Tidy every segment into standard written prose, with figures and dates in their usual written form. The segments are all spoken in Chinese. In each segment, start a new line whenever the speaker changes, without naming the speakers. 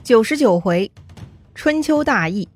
99回春秋大义。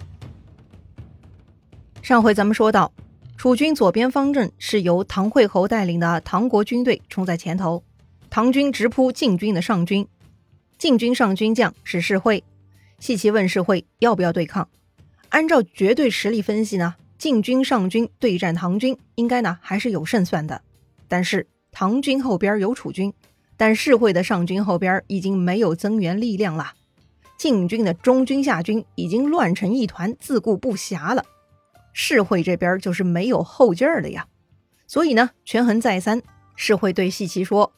上回咱们说到，楚军左边方阵是由唐惠侯带领的唐国军队冲在前头，唐军直扑晋军的上军。晋军上军将是士会，细奇问士会要不要对抗。按照绝对实力分析呢，晋军上军对战唐军应该呢还是有胜算的。但是唐军后边有楚军，但士会的上军后边已经没有增援力量了。晋军的中军下军已经乱成一团，自顾不暇了。士会这边就是没有后劲儿的呀。所以呢，权衡再三，士会对细奇说：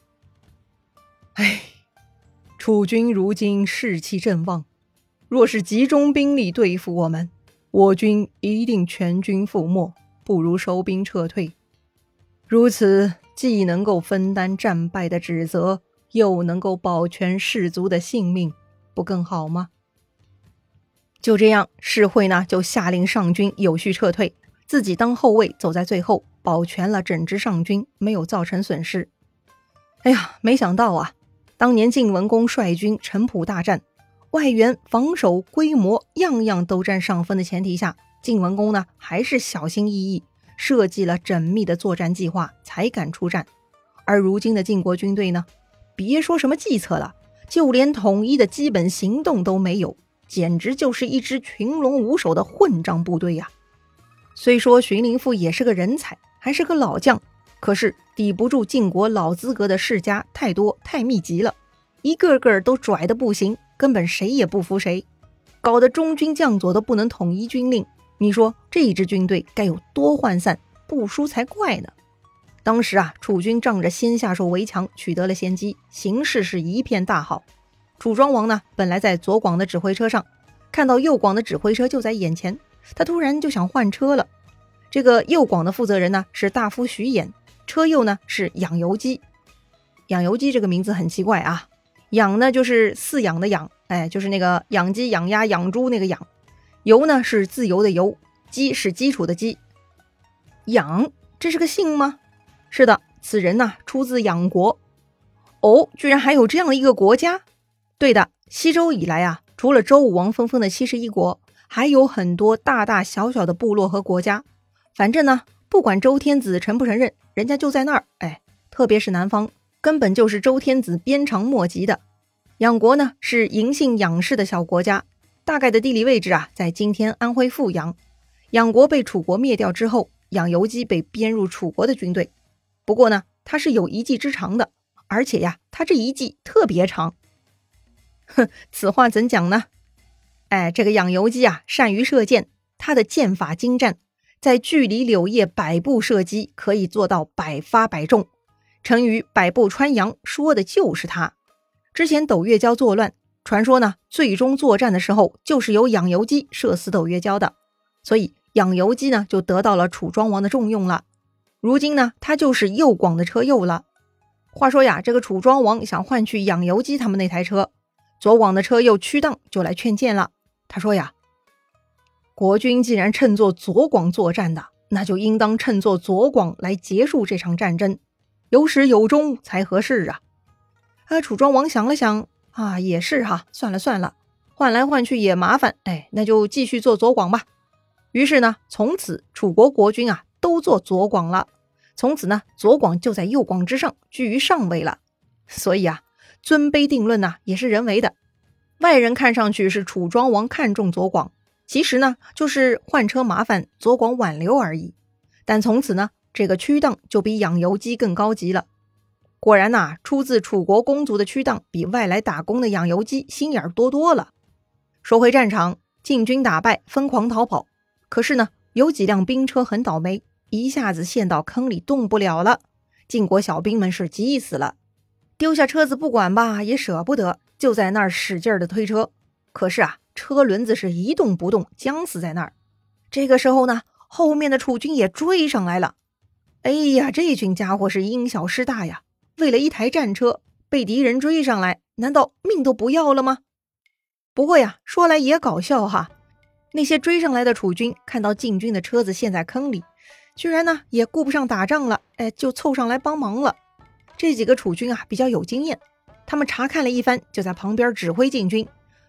楚军如今士气正旺，若是集中兵力对付我们，我军一定全军覆没，不如收兵撤退。如此既能够分担战败的指责，又能够保全士卒的性命，不更好吗？就这样，士会呢就下令上军有序撤退，自己当后卫走在最后，保全了整支上军，没有造成损失。没想到啊，当年晋文公率军城濮大战，外援、防守、规模样样都占上风的前提下，晋文公呢还是小心翼翼，设计了缜密的作战计划，才敢出战。而如今的晋国军队呢，别说什么计策了，就连统一的基本行动都没有，简直就是一支群龙无首的混账部队呀。虽说荀林父也是个人才，还是个老将，可是抵不住晋国老资格的世家太多太密集了，一个个都拽得不行，根本谁也不服谁，搞得中军将佐都不能统一军令。你说这一支军队该有多涣散，不输才怪呢。当时啊，楚军仗着先下手为强，取得了先机，形势是一片大好。楚庄王呢，本来在左广的指挥车上，看到右广的指挥车就在眼前，他突然就想换车了。这个右广的负责人呢是大夫徐衍，车右呢是养由基。养由基这个名字很奇怪啊，养呢就是饲养的养，就是那个养鸡养鸭养猪那个养，由呢是自由的由，基是基础的基。养，这是个姓吗？是的，此人呢出自养国。居然还有这样的一个国家。对的，西周以来啊，除了周武王分封的71国，还有很多大大小小的部落和国家。反正呢，不管周天子承不承认，人家就在那儿。特别是南方，根本就是周天子鞭长莫及的。养国呢是嬴姓养氏的小国家，大概的地理位置啊，在今天安徽阜阳。养国被楚国灭掉之后，养由基被编入楚国的军队。不过呢，他是有一技之长的，而且呀，他这一技特别长。此话怎讲呢？这个养由基啊，善于射箭，他的箭法精湛，在距离柳叶100步射击可以做到100发100中。成语百步穿杨说的就是他。之前斗月椒作乱，传说呢，最终作战的时候就是由养由基射死斗月椒的，所以养由基呢就得到了楚庄王的重用了。如今呢，他就是右广的车右了。话说呀，这个楚庄王想换去养由基他们那台车，左广的车右屈当就来劝谏了。他说呀，国军既然乘坐左广作战的，那就应当乘坐左广来结束这场战争，有始有终才合适啊。楚庄王想了想也是哈，算了，换来换去也麻烦，那就继续坐左广吧。于是呢，从此楚国国军啊都坐左广了。从此呢，左广就在右广之上，居于上位了。所以啊，尊卑定论呢也是人为的。外人看上去是楚庄王看重左广，其实呢就是换车麻烦，左广挽留而已。但从此呢，这个屈当就比养由基更高级了。果然呐，出自楚国公族的屈当比外来打工的养由基心眼多多了。说回战场，晋军打败，疯狂逃跑。可是呢，有几辆兵车很倒霉，一下子陷到坑里动不了了。晋国小兵们是急死了，丢下车子不管吧，也舍不得，就在那儿使劲的推车。可是啊，车轮子是一动不动，僵死在那儿。这个时候呢，后面的楚军也追上来了。这群家伙是因小失大呀，为了一台战车被敌人追上来，难道命都不要了吗？不过呀，说来也搞笑哈，那些追上来的楚军看到晋军的车子陷在坑里，居然呢也顾不上打仗了，就凑上来帮忙了。这几个楚军啊比较有经验，他们查看了一番，就在旁边指挥晋军，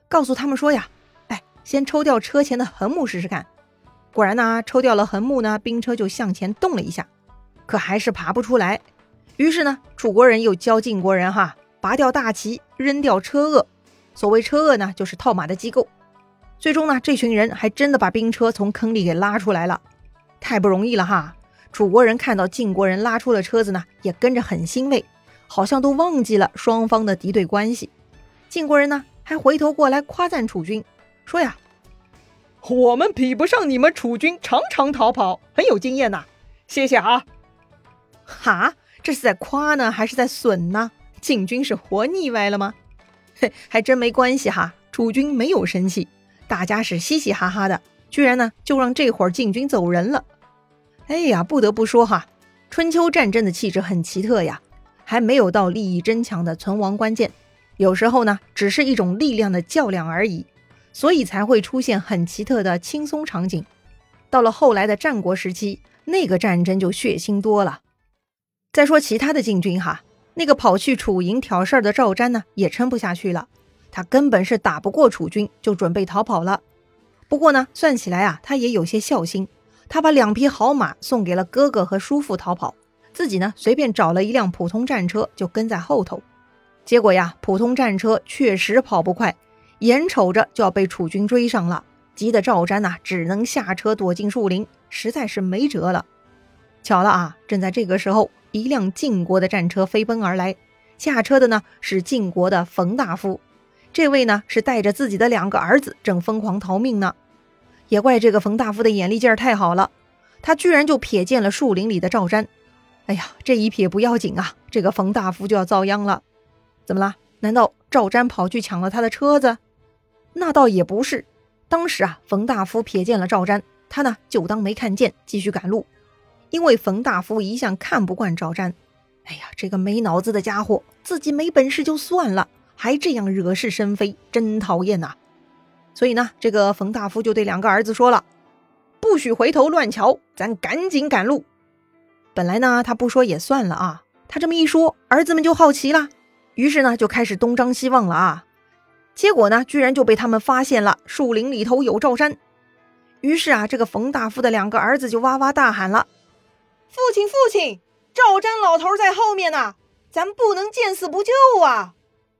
告诉他们说呀，先抽掉车前的横木试试看。果然呢，抽掉了横木呢，兵车就向前动了一下，可还是爬不出来。于是呢，楚国人又教晋国人拔掉大旗，扔掉车轭。所谓车轭呢，就是套马的机构。最终呢，这群人还真的把兵车从坑里给拉出来了，太不容易了。楚国人看到晋国人拉出了车子呢，也跟着很欣慰，好像都忘记了双方的敌对关系。晋国人呢，还回头过来夸赞楚军，说呀，我们比不上你们楚军常常逃跑，很有经验呐，谢谢啊。这是在夸呢，还是在损呢？晋军是活腻歪了吗？还真没关系楚军没有生气，大家是嘻嘻哈哈的，居然呢就让这会儿晋军走人了。不得不说春秋战争的气质很奇特呀，还没有到利益争强的存亡关键，有时候呢只是一种力量的较量而已，所以才会出现很奇特的轻松场景。到了后来的战国时期，那个战争就血腥多了。再说其他的晋军那个跑去楚营挑事儿的赵瞻呢，也撑不下去了，他根本是打不过楚军，就准备逃跑了。不过呢，算起来他也有些孝心，他把2匹好马送给了哥哥和叔父逃跑，自己呢随便找了一辆普通战车就跟在后头。结果普通战车确实跑不快，眼瞅着就要被楚军追上了，急得赵瞻只能下车躲进树林，实在是没辙了。巧了正在这个时候，一辆晋国的战车飞奔而来，下车的呢是晋国的冯大夫。这位呢是带着自己的2个儿子正疯狂逃命呢。也怪这个冯大夫的眼力劲儿太好了，他居然就瞥见了树林里的赵瞻。这一瞥不要紧这个冯大夫就要遭殃了。怎么了？难道赵瞻跑去抢了他的车子？那倒也不是。当时冯大夫瞥见了赵瞻，他呢就当没看见，继续赶路。因为冯大夫一向看不惯赵瞻，这个没脑子的家伙，自己没本事就算了，还这样惹是生非，真讨厌呐。所以呢，这个冯大夫就对2个儿子说了，不许回头乱瞧，咱赶紧赶路。本来呢他不说也算了他这么一说，儿子们就好奇了，于是呢就开始东张西望了结果呢居然就被他们发现了树林里头有赵瞻。于是这个冯大夫的2个儿子就哇哇大喊了，父亲，赵瞻老头在后面呢，咱不能见死不救啊。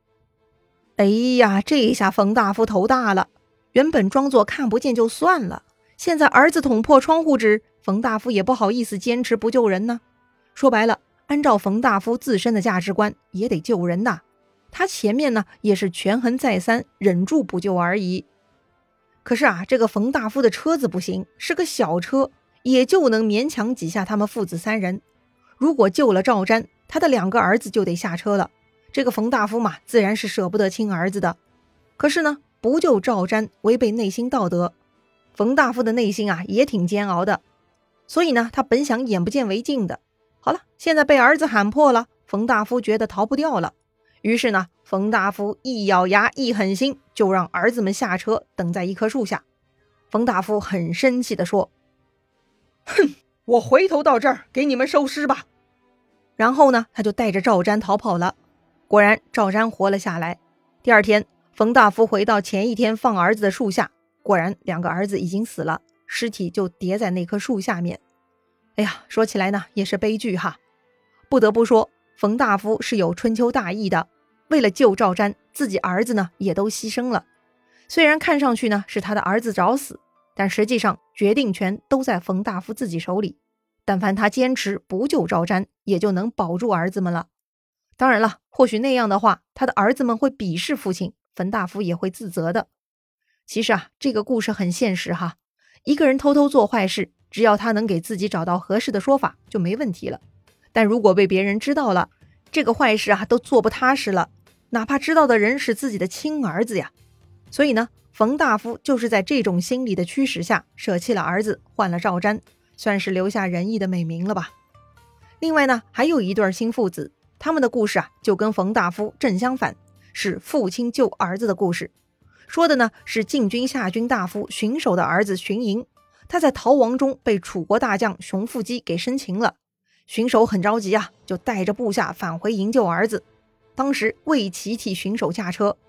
这一下冯大夫头大了，原本装作看不见就算了，现在儿子捅破窗户纸，冯大夫也不好意思坚持不救人呢。说白了，按照冯大夫自身的价值观，也得救人的，他前面呢也是权衡再三，忍住不救而已。可是这个冯大夫的车子不行，是个小车，也就能勉强挤下他们父子3人。如果救了赵瞻，他的2个儿子就得下车了，这个冯大夫嘛，自然是舍不得亲儿子的。可是呢，不救赵瞻违背内心道德，冯大夫的内心也挺煎熬的，所以呢他本想眼不见为净的。好了，现在被儿子喊破了，冯大夫觉得逃不掉了，于是呢冯大夫一咬牙一狠心，就让儿子们下车等在一棵树下。冯大夫很生气地说，哼，我回头到这儿给你们收尸吧。然后呢他就带着赵瞻逃跑了。果然赵瞻活了下来。第二天，冯大夫回到前一天放儿子的树下，果然2个儿子已经死了，尸体就叠在那棵树下面。说起来呢也是悲剧不得不说，冯大夫是有春秋大义的，为了救赵瞻，自己儿子呢也都牺牲了。虽然看上去呢是他的儿子找死，但实际上决定权都在冯大夫自己手里。但凡他坚持不救赵瞻，也就能保住儿子们了。当然了，或许那样的话，他的儿子们会鄙视父亲，冯大夫也会自责的。其实这个故事很现实一个人偷偷做坏事，只要他能给自己找到合适的说法，就没问题了。但如果被别人知道了，这个坏事都做不踏实了，哪怕知道的人是自己的亲儿子呀。所以呢，冯大夫就是在这种心理的驱使下，舍弃了儿子，换了赵瞻，算是留下仁义的美名了吧。另外呢，还有一对新父子，他们的故事就跟冯大夫正相反，是父亲救儿子的故事。说的呢是晋军下军大夫荀守的儿子荀盈，他在逃亡中被楚国大将熊腹姬给生擒了。荀守很着急就带着部下返回营救儿子。当时魏齐替荀守驾车，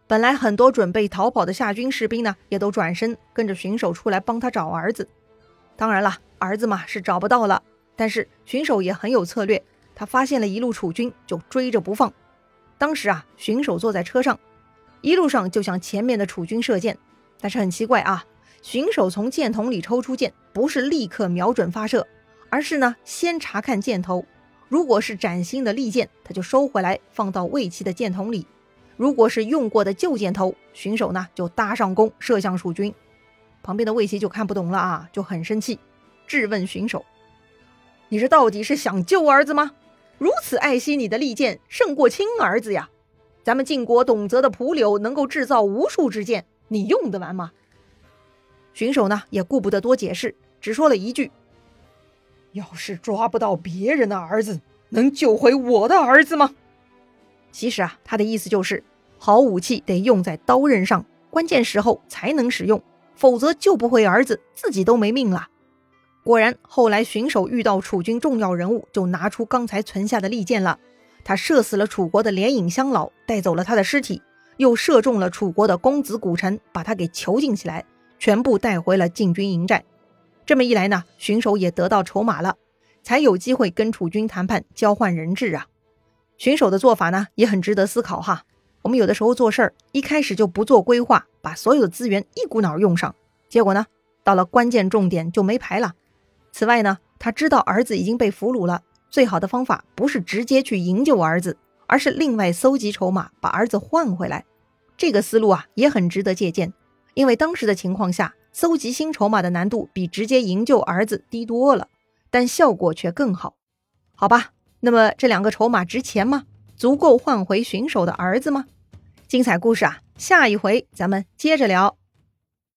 本来很多准备逃跑的夏军士兵呢，也都转身跟着巡守出来帮他找儿子。当然了，儿子嘛是找不到了，但是巡守也很有策略，他发现了一路楚军就追着不放。当时啊，巡守坐在车上，一路上就向前面的楚军射箭。但是很奇怪啊，巡守从箭筒里抽出箭，不是立刻瞄准发射，而是呢先查看箭头，如果是崭新的利箭，他就收回来放到未齐的箭筒里；如果是用过的旧箭头，巡守呢就搭上弓射向楚军。旁边的魏齐就看不懂了啊，就很生气，质问巡守：你这到底是想救儿子吗？如此爱惜你的利箭，胜过亲儿子呀！咱们晋国董泽的蒲柳能够制造无数支箭，你用得完吗？巡守呢也顾不得多解释，只说了一句：要是抓不到别人的儿子，能救回我的儿子吗？其实啊，他的意思就是好武器得用在刀刃上，关键时候才能使用，否则救不回儿子，自己都没命了。果然后来巡守遇到楚军重要人物，就拿出刚才存下的利箭了。他射死了楚国的连尹乡老，带走了他的尸体，又射中了楚国的公子古臣，把他给囚禁起来，全部带回了晋军营寨。这么一来呢，巡守也得到筹码了，才有机会跟楚军谈判交换人质啊。巡守的做法呢也很值得思考哈。我们有的时候做事儿一开始就不做规划，把所有的资源一股脑用上，结果呢到了关键重点就没排了。此外呢，他知道儿子已经被俘虏了，最好的方法不是直接去营救儿子，而是另外搜集筹码把儿子换回来。这个思路啊也很值得借鉴，因为当时的情况下，搜集新筹码的难度比直接营救儿子低多了，但效果却更好。好吧，那么这两个筹码值钱吗？足够换回巡守的儿子吗？精彩故事啊，下一回咱们接着聊。